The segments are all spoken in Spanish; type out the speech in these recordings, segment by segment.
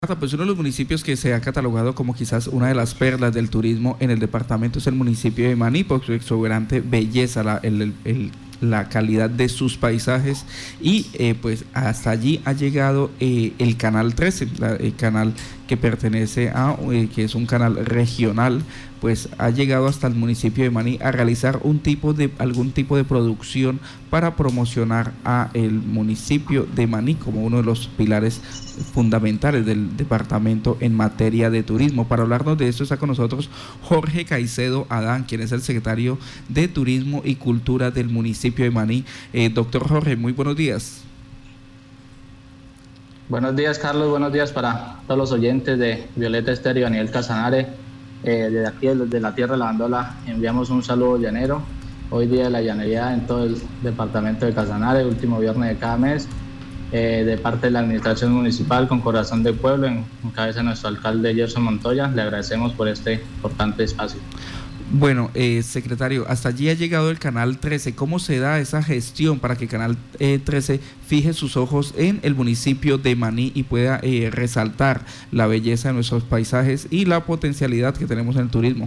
Pues uno de los municipios que se ha catalogado como quizás una de las perlas del turismo en el departamento es el municipio de Maní, por su exuberante belleza, la calidad de sus paisajes y pues hasta allí ha llegado el Canal 13, el canal que pertenece a, que es un canal regional, pues ha llegado hasta el municipio de Maní a realizar algún tipo de producción para promocionar a el municipio de Maní como uno de los pilares fundamentales del departamento en materia de turismo. Para hablarnos de esto está con nosotros Jorge Caicedo Adán, quien es el secretario de Turismo y Cultura del municipio de Maní. Doctor Jorge, muy buenos días. Buenos días, Carlos, buenos días para todos los oyentes de Violeta Estéreo a nivel Casanare. Desde aquí, desde la tierra de la Bandola, enviamos un saludo llanero. Hoy día de la llanería en todo el departamento de Casanare, último viernes de cada mes, de parte de la administración municipal con corazón de pueblo, en cabeza de nuestro alcalde Gerson Montoya. Le agradecemos por este importante espacio. Bueno, secretario, hasta allí ha llegado el Canal 13. ¿Cómo se da esa gestión para que Canal 13 fije sus ojos en el municipio de Maní y pueda resaltar la belleza de nuestros paisajes y la potencialidad que tenemos en el turismo?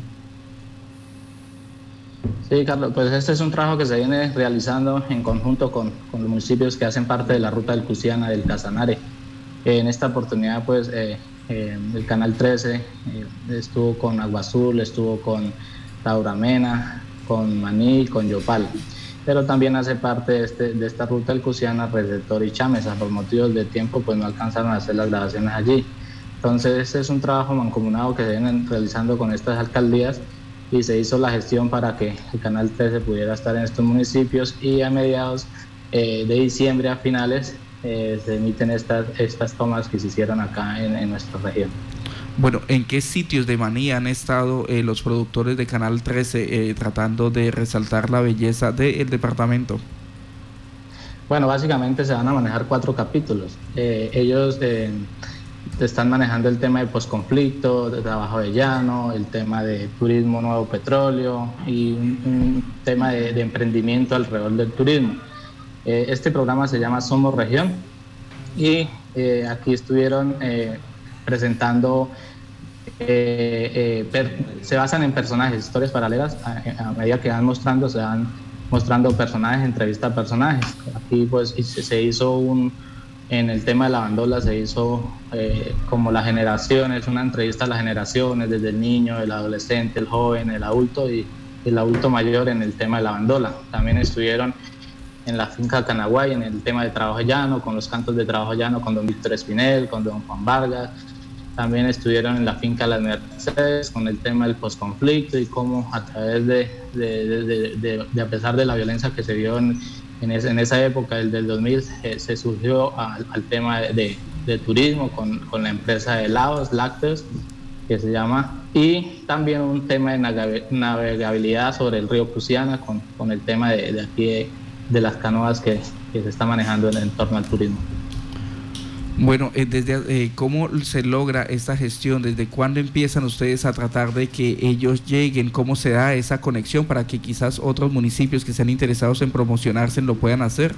Sí, Carlos, pues este es un trabajo que se viene realizando en conjunto con los municipios que hacen parte de la ruta del Cusiana del Casanare. En esta oportunidad, pues, el Canal 13 estuvo con Agua Azul, estuvo con Tauramena, con Maní, con Yopal, pero también hace parte de esta ruta del Cusiana, Receptor y Chamesa. Por motivos de tiempo pues no alcanzaron a hacer las grabaciones allí. Entonces este es un trabajo mancomunado que se viene realizando con estas alcaldías y se hizo la gestión para que el Canal 13 pudiera estar en estos municipios, y a mediados de diciembre, a finales, se emiten estas tomas que se hicieron acá en nuestra región. Bueno, ¿en qué sitios de Maní han estado los productores de Canal 13 tratando de resaltar la belleza del departamento? Bueno, básicamente se van a manejar 4 capítulos. Ellos están manejando el tema de posconflicto, de trabajo de llano, el tema de turismo nuevo petróleo y un tema de emprendimiento alrededor del turismo. Este programa se llama Somos Región y aquí estuvieron presentando, se basan en personajes, historias paralelas. A medida que van mostrando, se van mostrando personajes, entrevista a personajes. Aquí pues se hizo en el tema de la bandola se hizo como las generaciones, una entrevista a las generaciones, desde el niño, el adolescente, el joven, el adulto y el adulto mayor en el tema de la bandola. También estuvieron en la finca Canaguay en el tema de trabajo llano, con los cantos de trabajo llano, con don Víctor Espinel, con don Juan Vargas. También estuvieron en la finca Las Mercedes con el tema del posconflicto y cómo a través a pesar de la violencia que se vio en esa época, el del 2000, se surgió al tema de turismo con la empresa de helados, Lácteos, que se llama, y también un tema de navegabilidad sobre el río Cusiana con el tema de aquí de las canoas que se está manejando en torno al turismo. Bueno, ¿cómo se logra esta gestión? ¿Desde cuándo empiezan ustedes a tratar de que ellos lleguen? ¿Cómo se da esa conexión para que quizás otros municipios que sean interesados en promocionarse lo puedan hacer?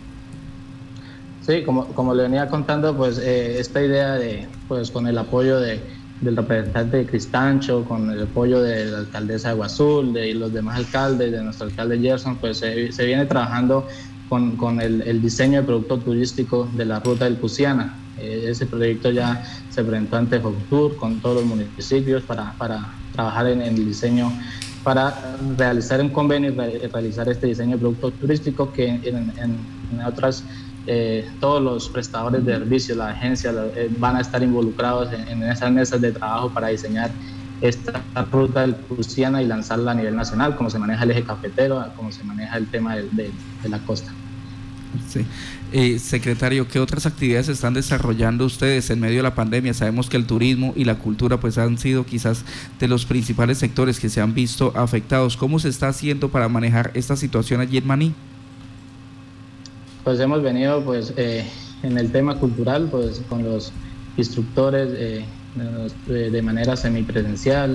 Sí, como le venía contando, pues esta idea pues con el apoyo del representante de Cristancho, con el apoyo de la alcaldesa de Agua Azul, de los demás alcaldes, de nuestro alcalde Gerson, pues se viene trabajando con el diseño de producto turístico de la ruta del Cusiana. Ese proyecto ya se presentó ante Fotur con todos los municipios para trabajar en el diseño, para realizar un convenio y realizar este diseño de producto turístico que en otras, todos los prestadores de servicios, las agencias van a estar involucrados en esas mesas de trabajo para diseñar esta ruta del Cusiana y lanzarla a nivel nacional, como se maneja el eje cafetero, como se maneja el tema de la costa. Sí. Secretario, ¿qué otras actividades están desarrollando ustedes en medio de la pandemia? Sabemos que el turismo y la cultura pues han sido quizás de los principales sectores que se han visto afectados. ¿Cómo se está haciendo para manejar esta situación allí en Maní? Pues hemos venido pues en el tema cultural pues con los instructores de manera semipresencial.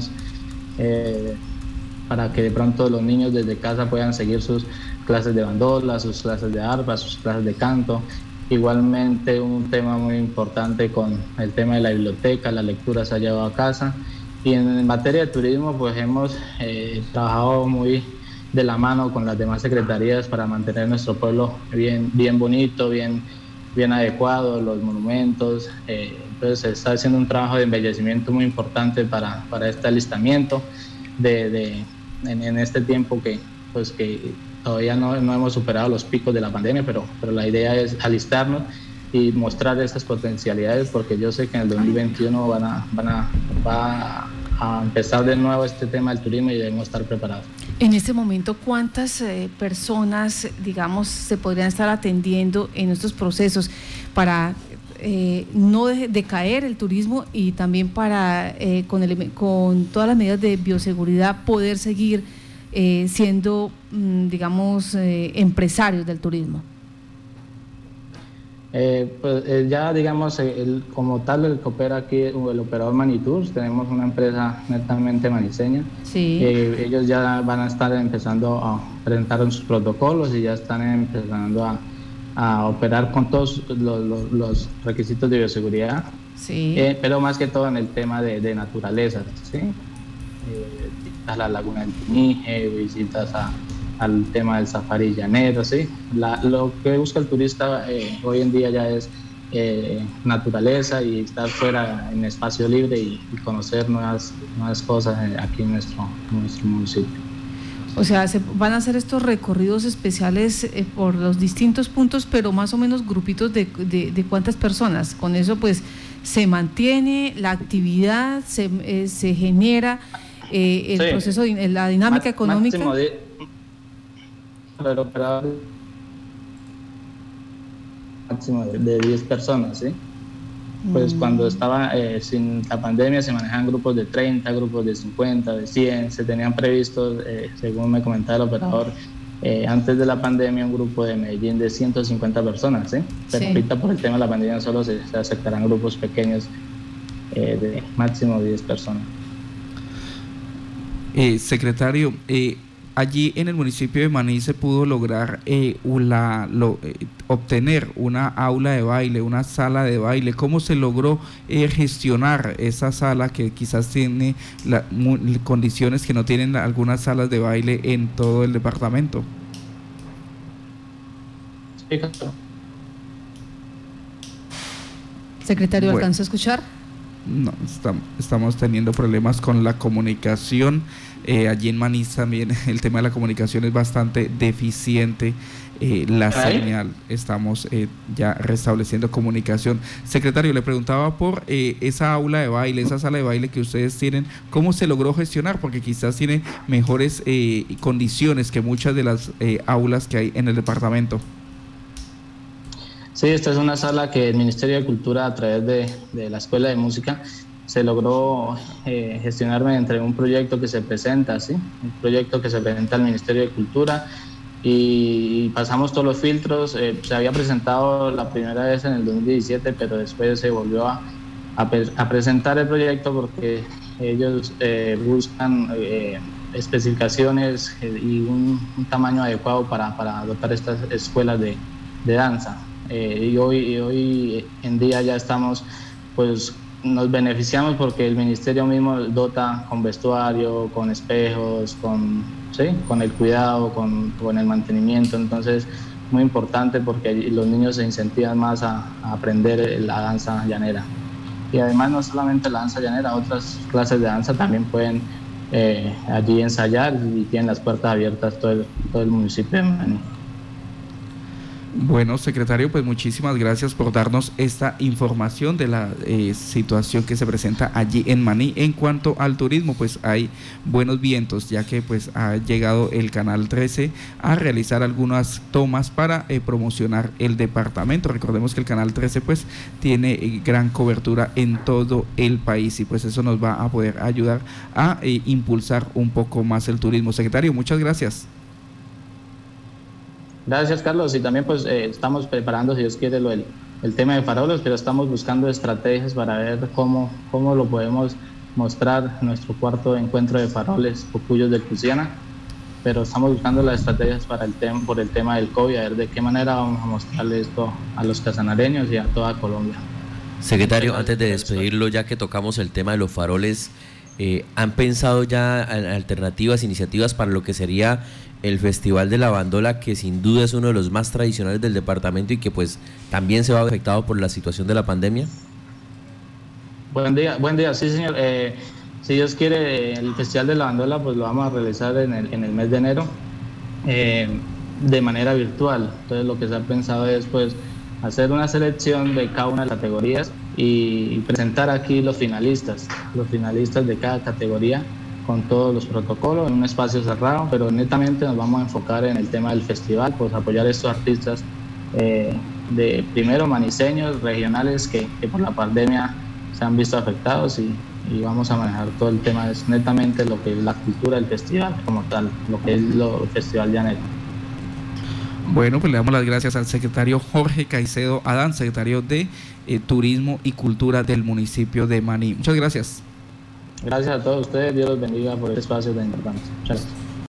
Para que de pronto los niños desde casa puedan seguir sus clases de bandola, sus clases de arpa, sus clases de canto. Igualmente un tema muy importante con el tema de la biblioteca, la lectura se ha llevado a casa. Y en materia de turismo, pues hemos trabajado muy de la mano con las demás secretarías para mantener nuestro pueblo bien bonito, bien adecuado, los monumentos. Entonces se está haciendo un trabajo de embellecimiento muy importante para este alistamiento en este tiempo que todavía no hemos superado los picos de la pandemia, pero la idea es alistarnos y mostrar esas potencialidades, porque yo sé que en el 2021 va a empezar de nuevo este tema del turismo y debemos estar preparados. En este momento, ¿cuántas personas, digamos, se podrían estar atendiendo en estos procesos para no decaer el turismo y también para, con todas las medidas de bioseguridad, poder seguir siendo, digamos, empresarios del turismo? Ya digamos, como tal, el que opera aquí, el operador Manitours, tenemos una empresa netamente maniseña. Sí. Ellos ya van a estar empezando a presentar sus protocolos y ya están empezando a operar con todos los requisitos de bioseguridad. Sí. Pero más que todo en el tema de naturaleza, ¿sí? A la laguna del Tinije, visitas al tema del safari llanero, ¿sí? Lo que busca el turista hoy en día ya es naturaleza y estar fuera en espacio libre y conocer nuevas cosas aquí en nuestro municipio. O sea, se van a hacer estos recorridos especiales por los distintos puntos, pero más o menos grupitos de cuántas personas. Con eso pues se mantiene la actividad, se genera el proceso, la dinámica económica. Máximo de 10 personas, ¿sí? Pues cuando estaba sin la pandemia se manejaban grupos de 30, grupos de 50, de 100, se tenían previstos, según me comentaba el operador, antes de la pandemia un grupo de Medellín de 150 personas, ¿sí? Pero sí, ahorita por el tema de la pandemia solo se aceptarán grupos pequeños de máximo 10 personas. Secretario, allí en el municipio de Maní se pudo lograr obtener una aula de baile, una sala de baile. ¿Cómo se logró gestionar esa sala que quizás tiene condiciones que no tienen algunas salas de baile en todo el departamento? Sí, claro. Secretario, ¿alcanza a escuchar? No, estamos teniendo problemas con la comunicación. Allí en Maní también el tema de la comunicación es bastante deficiente. La señal, estamos ya restableciendo comunicación. Secretario, le preguntaba por esa aula de baile, esa sala de baile que ustedes tienen, ¿cómo se logró gestionar? Porque quizás tiene mejores condiciones que muchas de las aulas que hay en el departamento. Sí, esta es una sala que el Ministerio de Cultura, a través de la Escuela de Música, se logró gestionar mediante un proyecto que se presenta, ¿sí? Un proyecto que se presenta al Ministerio de Cultura y pasamos todos los filtros. Se había presentado la primera vez en el 2017, pero después se volvió a presentar el proyecto porque ellos buscan especificaciones y un tamaño adecuado para dotar estas escuelas de danza. Y hoy en día ya estamos, pues nos beneficiamos porque el ministerio mismo dota con vestuario, con espejos, con el cuidado, con el mantenimiento. Entonces, muy importante porque los niños se incentivan más a aprender la danza llanera. Y además no solamente la danza llanera, otras clases de danza también pueden allí ensayar y tienen las puertas abiertas todo el municipio de Maní. Bueno, secretario, pues muchísimas gracias por darnos esta información de la situación que se presenta allí en Maní. En cuanto al turismo, pues hay buenos vientos, ya que pues ha llegado el Canal 13 a realizar algunas tomas para promocionar el departamento. Recordemos que el Canal 13 pues tiene gran cobertura en todo el país y pues eso nos va a poder ayudar a impulsar un poco más el turismo. Secretario, muchas gracias. Gracias, Carlos, y también pues estamos preparando, si Dios quiere, el tema de faroles, pero estamos buscando estrategias para ver cómo lo podemos mostrar nuestro cuarto encuentro de faroles Cocuyos de Cruciana. pero estamos buscando las estrategias para por el tema del COVID, a ver de qué manera vamos a mostrarle esto a los casanareños y a toda Colombia. Secretario, antes de despedirlo, ya que tocamos el tema de los faroles, ¿han pensado ya en alternativas, iniciativas para lo que sería el Festival de la Bandola, que sin duda es uno de los más tradicionales del departamento y que pues también se va afectado por la situación de la pandemia? Buen día, sí señor. Si Dios quiere, el Festival de la Bandola pues lo vamos a realizar en el mes de enero de manera virtual. Entonces lo que se ha pensado es pues hacer una selección de cada una de las categorías y presentar aquí los finalistas de cada categoría con todos los protocolos en un espacio cerrado, pero netamente nos vamos a enfocar en el tema del festival, pues apoyar a estos artistas de primero maniceños, regionales que por la pandemia se han visto afectados y vamos a manejar todo el tema, es netamente lo que es la cultura del festival como tal, lo que es el Festival Llanero. Bueno, pues le damos las gracias al secretario Jorge Caicedo Adán, secretario de Turismo y Cultura del municipio de Maní. Muchas gracias. Gracias a todos ustedes, Dios los bendiga por este espacio tan importante. Muchas gracias.